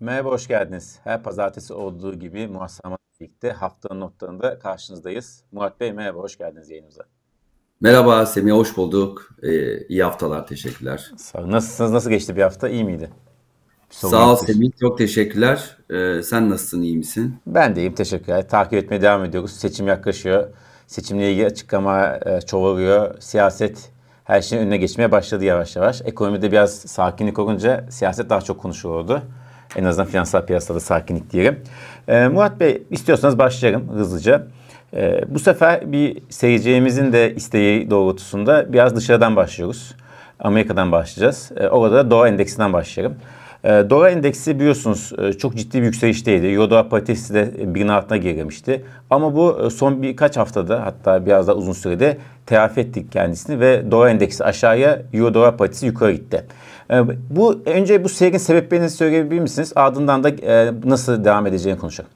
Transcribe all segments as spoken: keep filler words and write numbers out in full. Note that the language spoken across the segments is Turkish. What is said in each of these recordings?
Merhaba, hoş geldiniz. Her pazartesi olduğu gibi Muhasebe birlikte haftanın notlarında karşınızdayız. Murat Bey merhaba, hoş geldiniz yayınımıza. Merhaba Semih, hoş bulduk. Ee, iyi haftalar, teşekkürler. Sağ olun. Nasılsınız? Nasıl geçti bir hafta? İyi miydi? Bir sorun Sağ ol yoktur. Semih, çok teşekkürler. Ee, sen nasılsın, iyi misin? Ben de iyiyim, teşekkürler. Takip etmeye devam ediyoruz. Seçim yaklaşıyor. Seçimle ilgili açıklama e, çoğalıyor. Siyaset her şeyin önüne geçmeye başladı yavaş yavaş. Ekonomide biraz sakinlik olunca siyaset daha çok konuşuluyordu. En azından finansal piyasada sakinlik diyelim. E, Murat Bey istiyorsanız başlayalım hızlıca. E, bu sefer bir seyircimizin de isteği doğrultusunda biraz dışarıdan başlıyoruz. Amerika'dan başlayacağız. E, orada da dolar endeksinden başlayalım. E, dolar endeksi biliyorsunuz e, çok ciddi bir yükselişteydi. Euro dolar paritesi de birinin altına gerilemişti. Ama bu e, son birkaç haftada, hatta biraz daha uzun sürede telafi ettik kendisini ve dolar endeksi aşağıya, Euro dolar paritesi yukarı gitti. E, bu önce bu seyrin sebeplerini söyleyebilir misiniz? Ardından da e, nasıl devam edeceğini konuşalım.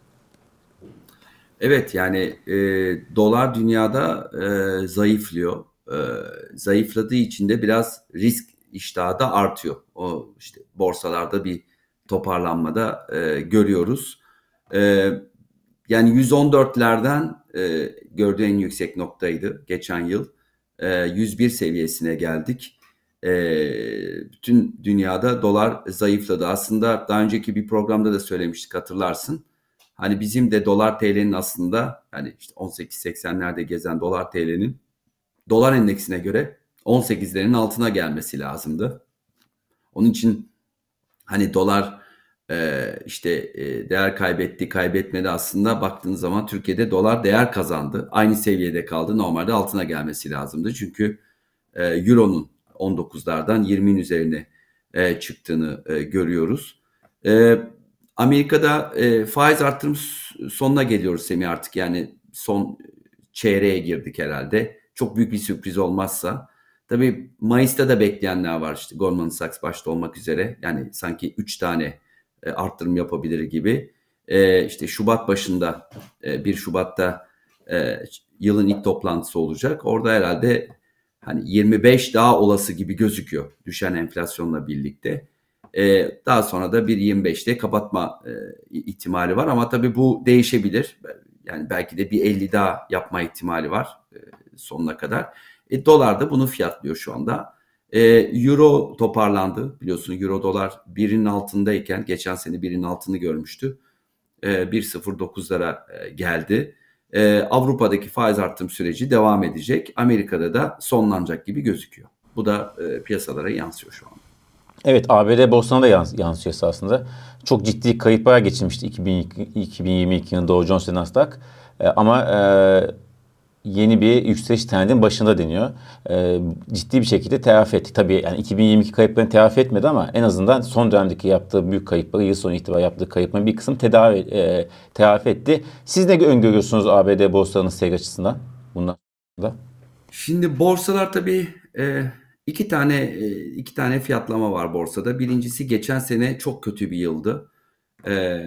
Evet, yani e, dolar dünyada e, zayıflıyor. E, zayıfladığı için de biraz risk iştahı da artıyor. O işte borsalarda bir toparlanmada e, görüyoruz. E, Yani yüz on dörtlerden e, gördüğü en yüksek noktaydı geçen yıl. E, yüz bir seviyesine geldik. E, Bütün dünyada dolar zayıfladı. Aslında daha önceki bir programda da söylemiştik, hatırlarsın. Hani bizim de dolar T L'nin aslında hani işte on sekiz seksenlerde gezen dolar T L'nin dolar endeksine göre on sekizlerin altına gelmesi lazımdı. Onun için hani dolar e, işte e, değer kaybetti, kaybetmedi, aslında baktığınız zaman Türkiye'de dolar değer kazandı. Aynı seviyede kaldı. Normalde altına gelmesi lazımdı. Çünkü e, Euro'nun on dokuzlardan yirminin üzerine e, çıktığını e, görüyoruz. E, Amerika'da e, faiz artırım sonuna geliyoruz Semih, artık yani son çeyreğe girdik herhalde. Çok büyük bir sürpriz olmazsa. Tabii Mayıs'ta da bekleyenler var, işte Goldman Sachs başta olmak üzere. Yani sanki üç tane e, arttırım yapabilir gibi. E, işte Şubat başında, e, bir Şubat'ta e, yılın ilk toplantısı olacak. Orada herhalde hani yirmi beş daha olası gibi gözüküyor düşen enflasyonla birlikte. E, daha sonra da bir yirmi beşte kapatma e, ihtimali var, ama tabii bu değişebilir. Yani belki de bir elli daha yapma ihtimali var e, sonuna kadar. E, dolar da bunu fiyatlıyor şu anda. E, Euro toparlandı. Biliyorsun, Euro dolar birinin altındayken geçen sene birinin altını görmüştü. E, bir virgül sıfır dokuzlara e, geldi. E, Avrupa'daki faiz artım süreci devam edecek. Amerika'da da sonlanacak gibi gözüküyor. Bu da e, piyasalara yansıyor şu anda. Evet, A B D borsasına da yans- yansıyor esasında. Çok ciddi kayıplar geçirmişti iki bin yirmi iki yılında Dow Jones ve Nasdaq. E, ama e, yeni bir yükseliş trendinin başında deniyor. E, ciddi bir şekilde telafi etti. Tabii yani iki bin yirmi iki kayıplarını telafi etmedi ama en azından son dönemdeki yaptığı büyük kayıpları, yıl sonu itibariyle yaptığı kayıpların bir kısmı tedavi, e, telafi etti. Siz ne öngörüyorsunuz A B D borsalarının seyir açısından bundan sonra? Şimdi borsalar tabii e, iki tane e, iki tane fiyatlama var borsada. Birincisi, geçen sene çok kötü bir yıldı. E,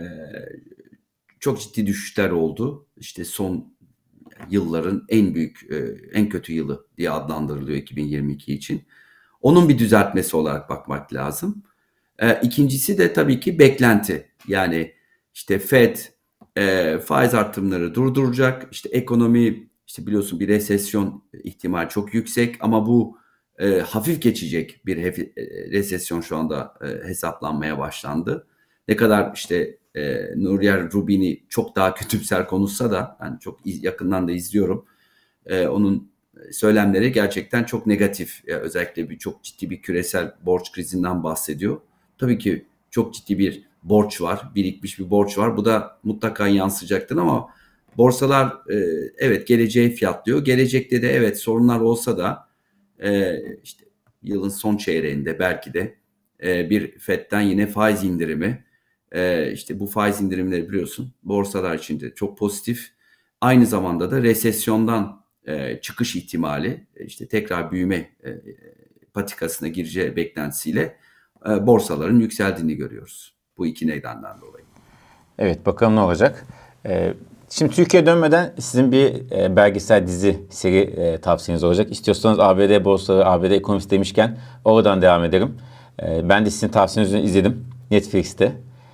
Çok ciddi düşüşler oldu. İşte son yılların en büyük, e, en kötü yılı diye adlandırılıyor iki bin yirmi iki için. Onun bir düzeltmesi olarak bakmak lazım. E, ikincisi de tabii ki beklenti. Yani işte Fed e, faiz artırımları durduracak. İşte ekonomi, işte biliyorsun, bir resesyon ihtimali çok yüksek, ama bu e, hafif geçecek bir hef- e, resesyon şu anda e, hesaplanmaya başlandı. Ne kadar işte e, Nouriel Roubini çok daha kötümser konuşsa da, yani çok iz- yakından da izliyorum. E, onun söylemleri gerçekten çok negatif. Ya özellikle bir çok ciddi bir küresel borç krizinden bahsediyor. Tabii ki çok ciddi bir borç var, birikmiş bir borç var. Bu da mutlaka yansıyacaktır, ama borsalar e, evet geleceği fiyatlıyor. Gelecekte de evet sorunlar olsa da e, işte yılın son çeyreğinde belki de e, bir Fed'den yine faiz indirimi. E, işte bu faiz indirimleri biliyorsun borsalar için de çok pozitif. Aynı zamanda da resesyondan e, çıkış ihtimali, e, işte tekrar büyüme e, patikasına gireceği beklentisiyle e, borsaların yükseldiğini görüyoruz. Bu iki nedenden dolayı. Evet, bakalım ne olacak. Ee, şimdi Türkiye'ye dönmeden sizin bir e, belgesel dizi seri e, tavsiyeniz olacak. İstiyorsanız A B D borsaları, A B D ekonomisi demişken oradan devam ederim. Ee, ben de sizin tavsiyenizi izledim Netflix'te.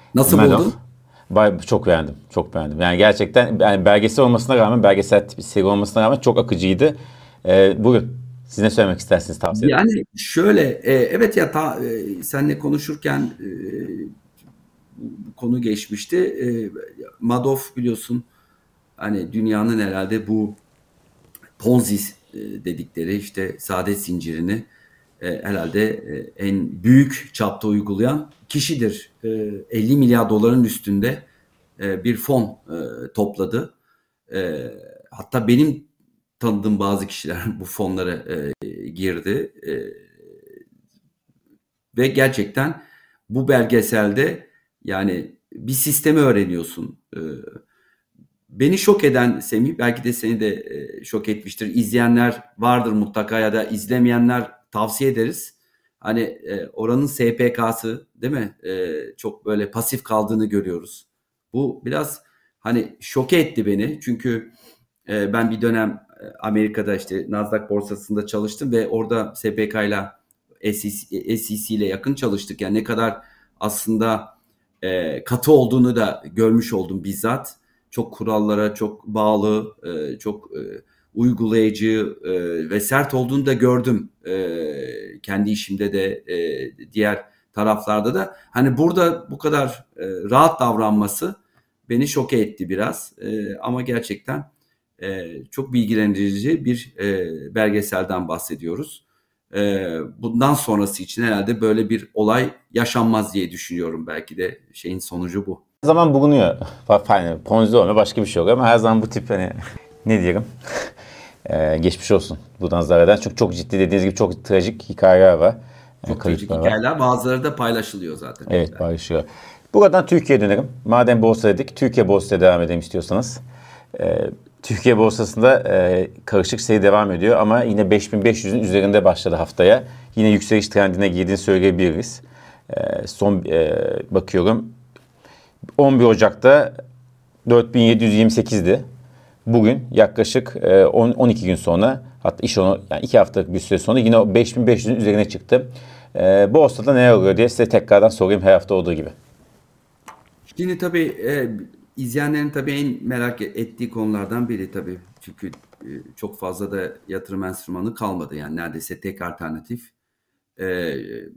Nasıl Madoff. buldun? Bay, çok beğendim. Çok beğendim. Yani gerçekten yani belgesel olmasına rağmen, belgesel tipi seri olmasına rağmen çok akıcıydı. Ee, buyurun. Siz ne söylemek istersiniz, tavsiye ederim. Yani şöyle, e, evet ya ta, e, seninle konuşurken e, bu konu geçmişti. E, Madoff biliyorsun hani dünyanın herhalde bu Ponzi e, dedikleri işte saadet zincirini e, herhalde e, en büyük çapta uygulayan kişidir. E, elli milyar doların üstünde e, bir fon e, topladı. E, hatta benim tanıdığım bazı kişiler bu fonlara e, girdi. E, ve gerçekten bu belgeselde yani bir sistemi öğreniyorsun. E, beni şok eden Semih, belki de seni de e, şok etmiştir. İzleyenler vardır mutlaka ya da izlemeyenler tavsiye ederiz. Hani e, oranın S P K'sı değil mi? E, çok böyle pasif kaldığını görüyoruz. Bu biraz hani şoke etti beni. Çünkü e, ben bir dönem e, Amerika'da işte Nasdaq borsasında çalıştım ve orada S P K ile S E C ile yakın çalıştık. Yani ne kadar aslında e, katı olduğunu da görmüş oldum bizzat. Çok kurallara çok bağlı, e, çok e, uygulayıcı e, ve sert olduğunu da gördüm. E, kendi işimde de e, diğer taraflarda da. Hani burada bu kadar e, rahat davranması beni şoke etti biraz. E, ama gerçekten e, çok bilgilendirici bir e, belgeselden bahsediyoruz. E, bundan sonrası için herhalde böyle bir olay yaşanmaz diye düşünüyorum. Belki de şeyin sonucu bu. Her zaman bulunuyor. Yani Ponzi olmuyor, başka bir şey oluyor ama her zaman bu tip hani ne diyelim ee, geçmiş olsun buradan zarar eden. Çok çok ciddi, dediğiniz gibi çok trajik hikayeler var. Çok trajik hikayeler. Bazıları da paylaşılıyor zaten. Evet, paylaşılıyor. Buradan Türkiye'ye dönelim. Madem borsa dedik, Türkiye borsasına devam edelim istiyorsanız. Ee, Türkiye borsasında e, karışık seyir devam ediyor ama yine beş bin beş yüzün üzerinde başladı haftaya. Yine yükseliş trendine girdiğini söyleyebiliriz. Ee, son e, bakıyorum. on bir Ocak'ta dört bin yedi yüz yirmi sekizdi. Bugün yaklaşık on on iki gün sonra, hatta iş onu yani iki haftalık bir süre sonra yine beş bin beş yüzün üzerine çıktı. E, borsada neler oluyor diye size tekrardan sorayım, her hafta olduğu gibi. Şimdi tabii e, izleyenlerin tabii en merak ettiği konulardan biri tabii. Çünkü e, çok fazla da yatırım enstrümanı kalmadı. Yani neredeyse tek alternatif. E,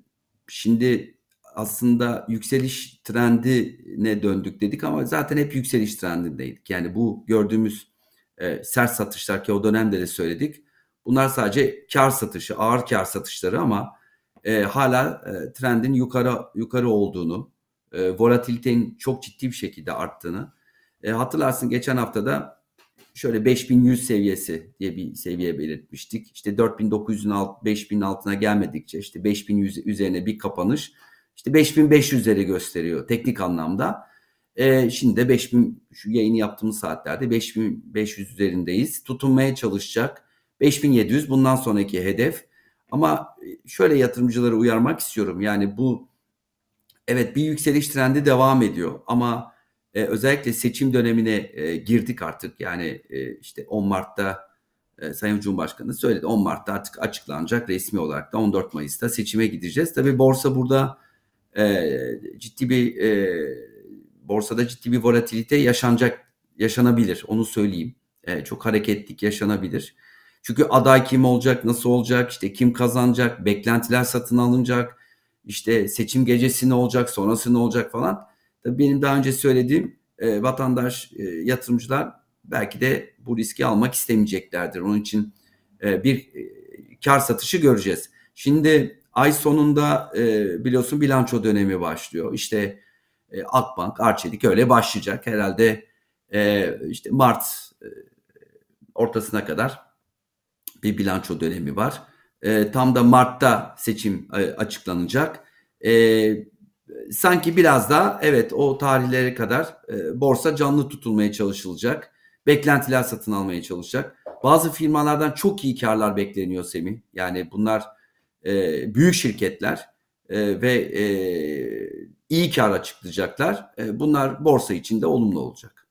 şimdi aslında yükseliş trendine döndük dedik ama zaten hep yükseliş trendindeydik. Yani bu gördüğümüz e, sert satışlar ki o dönemde de söyledik. Bunlar sadece kar satışı, ağır kar satışları ama e, hala e, trendin yukarı yukarı olduğunu, e, volatilitenin çok ciddi bir şekilde arttığını. E, hatırlarsın geçen haftada şöyle beş bin yüz seviyesi diye bir seviye belirtmiştik. İşte dört bin dokuz yüzün alt, beş binin altına gelmedikçe işte beş bin yüz üzerine bir kapanış işte beş bin beş yüzleri gösteriyor teknik anlamda. E, şimdi de beş bin, şu yayını yaptığımız saatlerde beş bin beş yüz üzerindeyiz. Tutunmaya çalışacak. beş bin yedi yüz bundan sonraki hedef. Ama şöyle yatırımcıları uyarmak istiyorum. Yani bu evet bir yükseliş trendi devam ediyor ama e, özellikle seçim dönemine e, girdik artık. Yani e, işte on Mart'ta e, Sayın Cumhurbaşkanı söyledi. on Mart'ta artık açıklanacak, resmi olarak da on dört Mayıs'ta seçime gideceğiz. Tabii borsa burada e, ciddi bir e, borsada ciddi bir volatilite yaşanacak, yaşanabilir. Onu söyleyeyim. E, çok hareketlik yaşanabilir. Çünkü aday kim olacak, nasıl olacak, işte kim kazanacak, beklentiler satın alınacak, işte seçim gecesi ne olacak, sonrası ne olacak falan. Tabii benim daha önce söylediğim e, vatandaş, e, yatırımcılar belki de bu riski almak istemeyeceklerdir. Onun için e, bir e, kar satışı göreceğiz. Şimdi ay sonunda e, biliyorsun bilanço dönemi başlıyor. İşte e, Akbank, Arçelik öyle başlayacak. Herhalde e, işte Mart e, ortasına kadar bir bilanço dönemi var. E, tam da Mart'ta seçim e, açıklanacak. E, sanki biraz daha evet o tarihlere kadar e, borsa canlı tutulmaya çalışılacak. Beklentiler satın almaya çalışacak. Bazı firmalardan çok iyi karlar bekleniyor Semih. Yani bunlar e, büyük şirketler e, ve e, iyi kar açıklayacaklar. E, bunlar borsa için de olumlu olacak.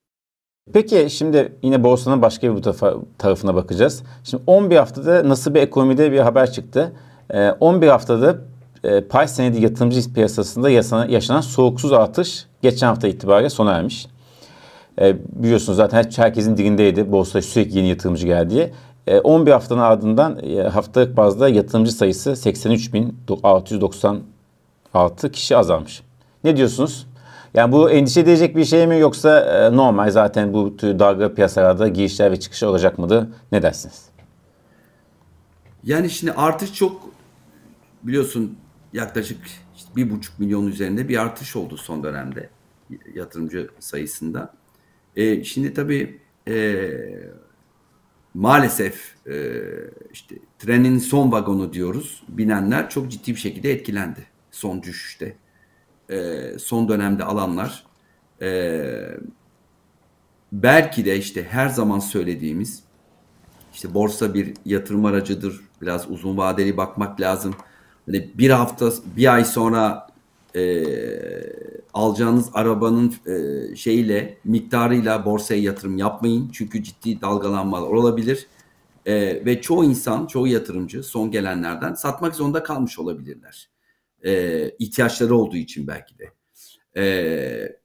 Peki şimdi yine borsanın başka bir bu tarafa, tarafına bakacağız. Şimdi on bir haftada nasıl bir ekonomide bir haber çıktı. Ee, on bir haftada e, pay senedi yatırımcı piyasasında yaşanan, yaşanan soğuksuz artış geçen hafta itibariyle sona ermiş. E, biliyorsunuz zaten herkesin dilindeydi borsaya sürekli yeni yatırımcı geldiği. E, on bir haftanın ardından e, haftalık bazda yatırımcı sayısı seksen üç bin altı yüz doksan altı kişi azalmış. Ne diyorsunuz? Yani bu endişe edecek bir şey mi yoksa e, normal zaten bu tür dalga piyasalarda girişler ve çıkışlar olacak mıdır? Ne dersiniz? Yani şimdi artış çok, biliyorsun yaklaşık işte bir buçuk milyon üzerinde bir artış oldu son dönemde yatırımcı sayısında. E, şimdi tabii e, maalesef e, işte trenin son vagonu diyoruz. Binenler çok ciddi bir şekilde etkilendi son düşüşte. E, son dönemde alanlar e, belki de işte her zaman söylediğimiz işte borsa bir yatırım aracıdır. Biraz uzun vadeli bakmak lazım. Hani bir hafta, bir ay sonra e, alacağınız arabanın e, şeyle, miktarıyla borsaya yatırım yapmayın. Çünkü ciddi dalgalanmalar olabilir. E, ve çoğu insan, çoğu yatırımcı son gelenlerden satmak zorunda kalmış olabilirler. E, ihtiyaçları olduğu için belki de. E,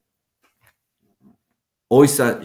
oysa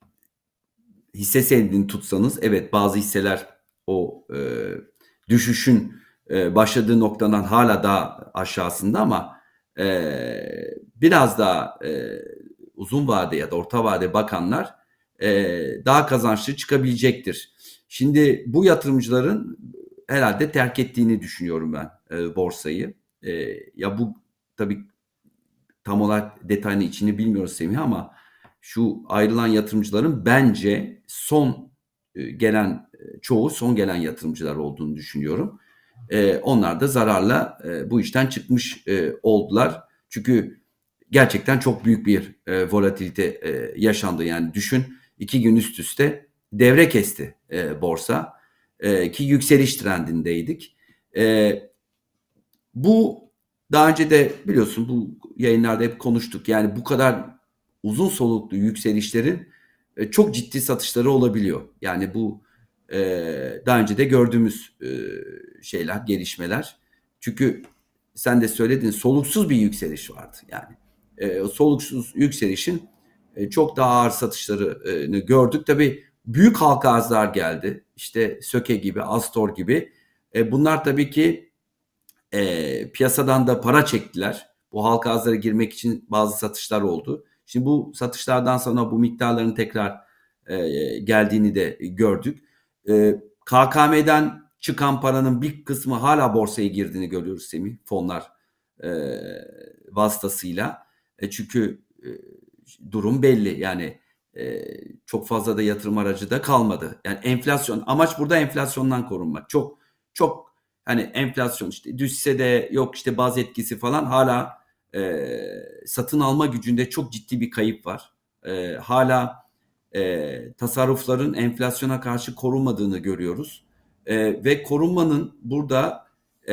hisse senedini tutsanız, evet bazı hisseler o e, düşüşün e, başladığı noktadan hala daha aşağısında ama e, biraz daha e, uzun vade ya da orta vade bakanlar e, daha kazançlı çıkabilecektir. Şimdi bu yatırımcıların herhalde terk ettiğini düşünüyorum ben e, borsayı. E, ya bu tabii tam olarak detayını içini bilmiyoruz Semih ama şu ayrılan yatırımcıların bence son e, gelen e, çoğu son gelen yatırımcılar olduğunu düşünüyorum. E, onlar da zararla e, bu işten çıkmış e, oldular. Çünkü gerçekten çok büyük bir e, volatilite e, yaşandı. Yani düşün, iki gün üst üste devre kesti e, borsa e, ki yükseliş trendindeydik. E, bu daha önce de biliyorsun bu yayınlarda hep konuştuk. Yani bu kadar uzun soluklu yükselişlerin e, çok ciddi satışları olabiliyor. Yani bu e, daha önce de gördüğümüz e, şeyler, gelişmeler. Çünkü sen de söyledin, soluksuz bir yükseliş vardı. Yani e, o soluksuz yükselişin e, çok daha ağır satışlarını gördük. Tabii büyük halka arzlar geldi. İşte Söke gibi, Astor gibi. E, bunlar tabii ki e, piyasadan da para çektiler. Bu halka arzlara girmek için bazı satışlar oldu. Şimdi bu satışlardan sonra bu miktarların tekrar e, geldiğini de gördük. E, K K M'den çıkan paranın bir kısmı hala borsaya girdiğini görüyoruz Semih. Fonlar e, vasıtasıyla. E, çünkü e, durum belli. Yani e, çok fazla da yatırım aracı da kalmadı. Yani enflasyon, amaç burada enflasyondan korunmak. Çok çok hani enflasyon işte düşse de yok işte baz etkisi falan, hala e, satın alma gücünde çok ciddi bir kayıp var. E, hala e, tasarrufların enflasyona karşı korunmadığını görüyoruz. E, ve korunmanın burada e,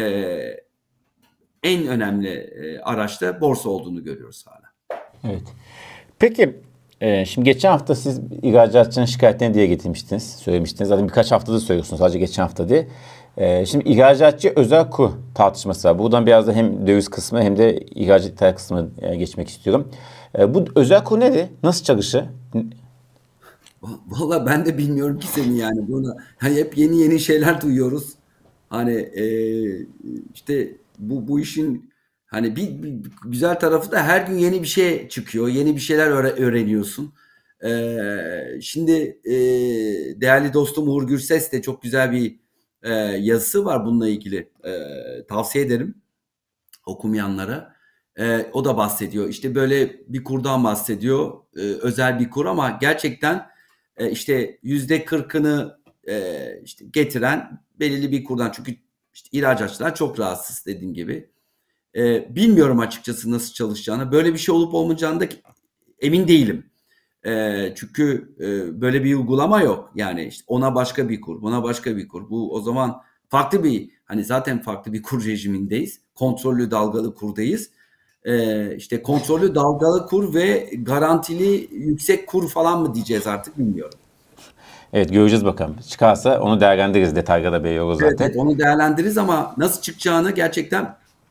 en önemli e, araç da borsa olduğunu görüyoruz hala. Evet. Peki e, şimdi geçen hafta siz ihracatçının şikayetlerini diye getirmiştiniz, söylemiştiniz. Zaten birkaç haftadır söylüyorsunuz, sadece geçen hafta diye. E, şimdi ihracatçı özel kur tartışması var. Buradan biraz da hem döviz kısmı hem de ihracat ithal kısmı e, geçmek istiyorum. E, bu özel kur nedir? Nasıl çalışır? Vallahi ben de bilmiyorum ki seni, yani buna hani hep yeni yeni şeyler duyuyoruz. Hani e, işte bu bu işin hani bir, bir güzel tarafı da her gün yeni bir şey çıkıyor, yeni bir şeyler öğre- öğreniyorsun. E, şimdi e, değerli dostum Uğur Gürses de çok güzel bir e, yazısı var bununla ilgili. E, tavsiye ederim okumayanlara. E, o da bahsediyor. İşte böyle bir kurdan bahsediyor, e, özel bir kur ama gerçekten e, işte yüzde kırkını e, işte getiren belirli bir kurdan. Çünkü işte ihracatçılar çok rahatsız dediğim gibi. E, bilmiyorum açıkçası nasıl çalışacağını. Böyle bir şey olup olmayacağını da emin değilim. E, çünkü e, böyle bir uygulama yok. Yani işte ona başka bir kur, buna başka bir kur. Bu o zaman farklı bir, hani zaten farklı bir kur rejimindeyiz. Kontrollü dalgalı kurdayız. E, işte kontrollü dalgalı kur ve garantili yüksek kur falan mı diyeceğiz artık, bilmiyorum. Evet, göreceğiz bakalım. Çıkarsa onu değerlendiririz. Detayda da belli olur Evet, zaten. evet, onu değerlendiririz ama nasıl çıkacağını gerçekten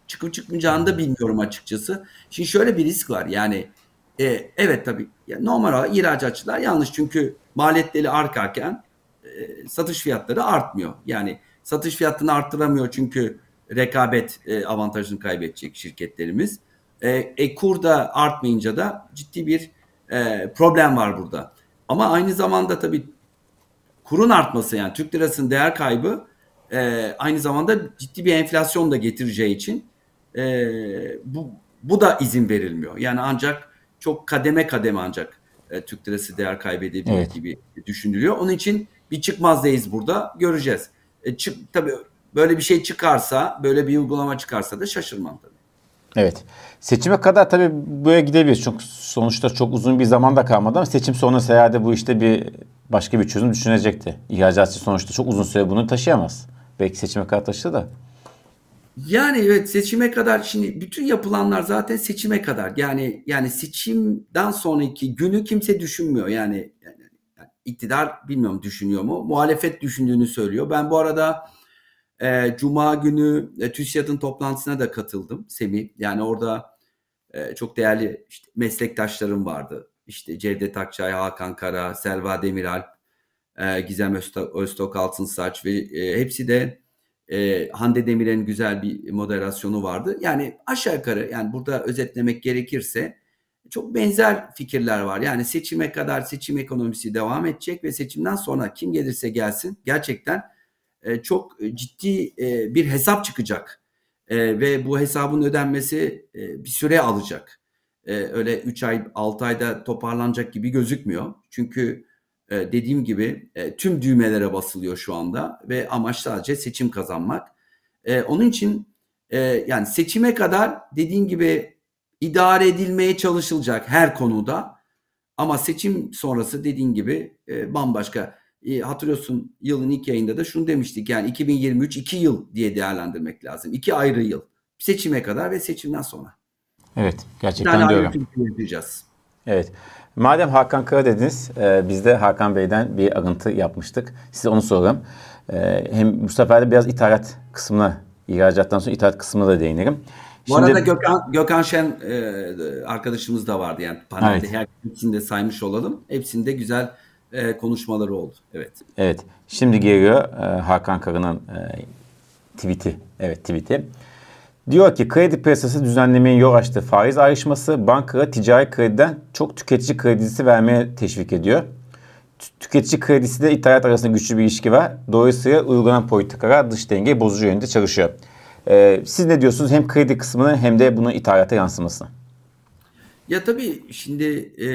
çıkıp çıkmayacağını da bilmiyorum açıkçası. Şimdi şöyle bir risk var. Yani e, evet tabii ya normal olarak ihracatçılar yanlış. Çünkü maliyetleri artarken e, satış fiyatları artmıyor. Yani satış fiyatını arttıramıyor çünkü rekabet e, avantajını kaybedecek şirketlerimiz. E, e, kur da artmayınca da ciddi bir e, problem var burada. Ama aynı zamanda tabii kurun artması, yani Türk lirasının değer kaybı e, aynı zamanda ciddi bir enflasyon da getireceği için e, bu bu da izin verilmiyor. Yani ancak çok kademe kademe ancak e, Türk lirası değer kaybedebilir Evet. gibi düşünülüyor. Onun için bir çıkmazdayız burada, göreceğiz. E, çık, tabii böyle bir şey çıkarsa, böyle bir uygulama çıkarsa da şaşırmam tabii. Evet. Seçime kadar tabii böyle gidebilir. Çünkü sonuçta çok uzun bir zaman da kalmadı ama seçim sonrası herhalde bu işte bir başka bir çözüm düşünecekti. İhracatçı sonuçta çok uzun süre bunu taşıyamaz. Belki seçime kadar taşıdı da. Yani evet, seçime kadar, şimdi bütün yapılanlar zaten seçime kadar. Yani yani seçimden sonraki günü kimse düşünmüyor. Yani, yani, yani iktidar bilmiyorum düşünüyor mu? Muhalefet düşündüğünü söylüyor. Ben bu arada e, Cuma günü e, TÜSİAD'ın toplantısına da katıldım, Semih. Yani orada e, çok değerli işte meslektaşlarım vardı. İşte Cevdet Akçay, Hakan Kara, Selva Demiralp, e, Gizem Öztok, Öztok Altınsaç ve e, hepsi de e, Hande Demirel'in güzel bir moderasyonu vardı. Yani aşağı yukarı, yani burada özetlemek gerekirse çok benzer fikirler var. Yani seçime kadar seçim ekonomisi devam edecek ve seçimden sonra kim gelirse gelsin gerçekten e, çok ciddi e, bir hesap çıkacak. E, ve bu hesabın ödenmesi e, bir süre alacak. E, öyle üç ay altı ayda toparlanacak gibi gözükmüyor. Çünkü e, dediğim gibi e, tüm düğmelere basılıyor şu anda ve amaç sadece seçim kazanmak. E, onun için e, yani seçime kadar dediğim gibi idare edilmeye çalışılacak her konuda. Ama seçim sonrası dediğin gibi e, bambaşka. E, hatırlıyorsun, yılın ilk yayında da şunu demiştik, yani iki bin yirmi üç iki yıl diye değerlendirmek lazım. İki ayrı yıl. Seçime kadar ve seçimden sonra. Evet. Bir tane Gerçekten de ayrı öyle. Türkiye yapacağız. Evet. Madem Hakan Kara dediniz, e, biz de Hakan Bey'den bir alıntı yapmıştık. Size onu soralım. E, hem bu sefer de biraz ithalat kısmına, ihracattan sonra ithalat kısmına da değinelim. Bu arada Şimdi, Gökhan, Gökhan Şen e, arkadaşımız da vardı, yani panelde. evet, Her hepsini de saymış olalım. Hepsinde güzel e, konuşmaları oldu. Evet. evet. Şimdi geliyor e, Hakan Kara'nın e, tweet'i. Evet, tweet'i. Diyor ki kredi piyasası düzenlemeye yol açtı. Faiz ayrışması bankalara ticari krediden çok tüketici kredisi vermeye teşvik ediyor. Tü- Tüketici kredisi de ithalat arasında güçlü bir ilişki var. Dolayısıyla uygulanan politikalar dış dengeyi bozucu yönde çalışıyor. Ee, siz ne diyorsunuz? Hem kredi kısmını hem de bunun ithalata yansımasını. Ya tabii şimdi e,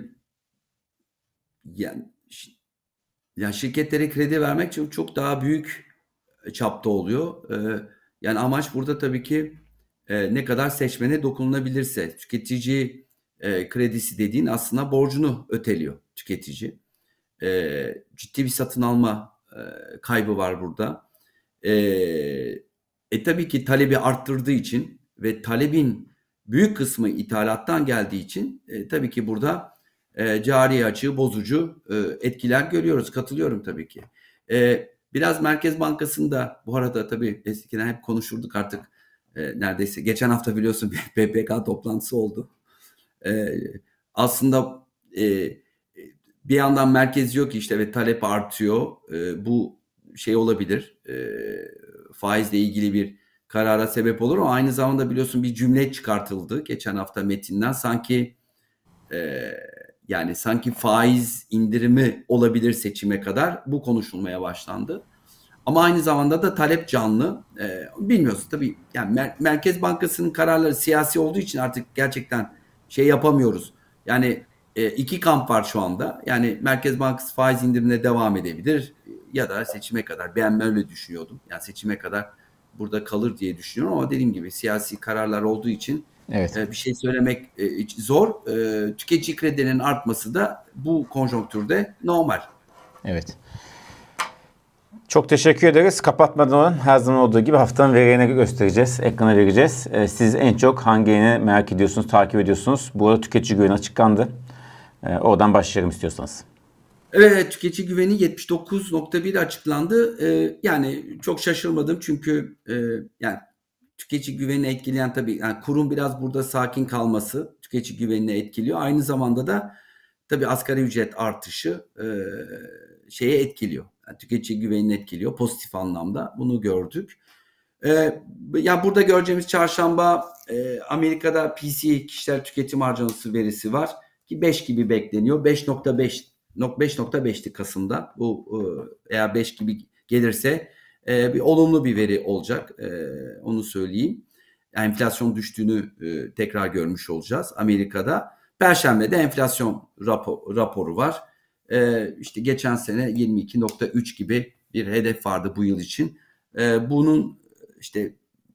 yani ya şirketlere kredi vermek çok çok daha büyük çapta oluyor. Ee, yani amaç burada tabii ki e, ne kadar seçmene dokunulabilirse. Tüketici e, kredisi dediğin aslında borcunu öteliyor tüketici. E, ciddi bir satın alma e, kaybı var burada. E, e tabii ki talebi arttırdığı için ve talebin büyük kısmı ithalattan geldiği için e, tabii ki burada e, cari açığı bozucu e, etkiler görüyoruz. Katılıyorum tabii ki. E, biraz Merkez Bankası'nda bu arada tabii eskiden hep konuşurduk, artık e, neredeyse geçen hafta biliyorsun bir P P K toplantısı oldu. E, aslında e, bir yandan merkez diyor ki işte ve talep artıyor. E, bu şey olabilir. E, faizle ilgili bir karara sebep olur ama aynı zamanda biliyorsun bir cümle çıkartıldı geçen hafta metinden. Sanki e, yani sanki faiz indirimi olabilir seçime kadar, bu konuşulmaya başlandı. Ama aynı zamanda da talep canlı. E, bilmiyorsun tabii, yani Mer- Merkez Bankası'nın kararları siyasi olduğu için artık gerçekten şey yapamıyoruz. Yani e, iki kamp var şu anda. Yani Merkez Bankası faiz indirimine devam edebilir ya da seçime kadar. Ben öyle düşünüyordum. Yani seçime kadar burada kalır diye düşünüyorum ama dediğim gibi siyasi kararlar olduğu için Evet. e, bir şey söylemek e, zor. E, tüketici kredilerinin artması da bu konjonktürde normal. Evet. Çok teşekkür ederiz. Kapatmadan her zaman olduğu gibi haftanın verilerini göstereceğiz. Ekrana vereceğiz. Ee, siz en çok hangi yayını merak ediyorsunuz, takip ediyorsunuz? Bu arada tüketici güveni açıklandı. Ee, oradan başlayalım istiyorsanız. Evet, tüketici güveni yetmiş dokuz nokta bir açıklandı. Ee, yani çok şaşırmadım çünkü e, yani tüketici güvenini etkileyen tabii yani kurun biraz burada sakin kalması tüketici güvenini etkiliyor. Aynı zamanda da tabii asgari ücret artışı e, şeye etkiliyor. Yani tüketici güvenini etkiliyor pozitif anlamda. Bunu gördük. E, ya burada göreceğimiz çarşamba e, Amerika'da P C E kişisel tüketim harcaması verisi var ki beş gibi bekleniyor. beş nokta beş beş nokta beşti Kasım'da. Bu e, eğer beş gibi gelirse e, bir olumlu bir veri olacak. E, onu söyleyeyim. Yani enflasyon düştüğünü e, tekrar görmüş olacağız Amerika'da. Perşembe'de enflasyon rapor, raporu var. E, işte geçen sene yirmi iki nokta üç gibi bir hedef vardı bu yıl için. E, bunun işte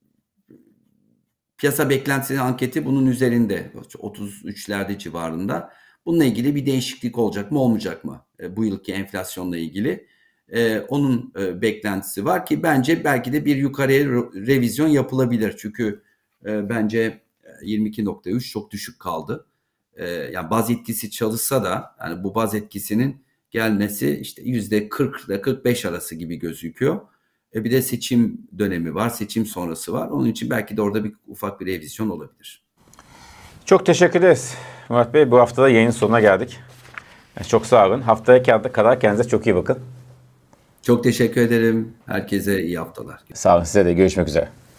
piyasa beklentisi anketi bunun üzerinde otuz üçlerde civarında. Bununla ilgili bir değişiklik olacak mı olmayacak mı? E, bu yılki enflasyonla ilgili. E, onun e, beklentisi var ki bence belki de bir yukarıya revizyon yapılabilir. Çünkü e, bence yirmi iki nokta üç çok düşük kaldı. E, yani baz etkisi çalışsa da yani bu baz etkisinin gelmesi işte yüzde kırk ile kırk beş arası gibi gözüküyor. E bir de seçim dönemi var, seçim sonrası var. Onun için belki de orada bir ufak bir revizyon olabilir. Çok teşekkür ederiz Murat Bey. Bu hafta da yayın sonuna geldik. Çok sağ olun. Haftaya kadar kendinize çok iyi bakın. Çok teşekkür ederim. Herkese iyi haftalar. Sağ olun, size de görüşmek üzere.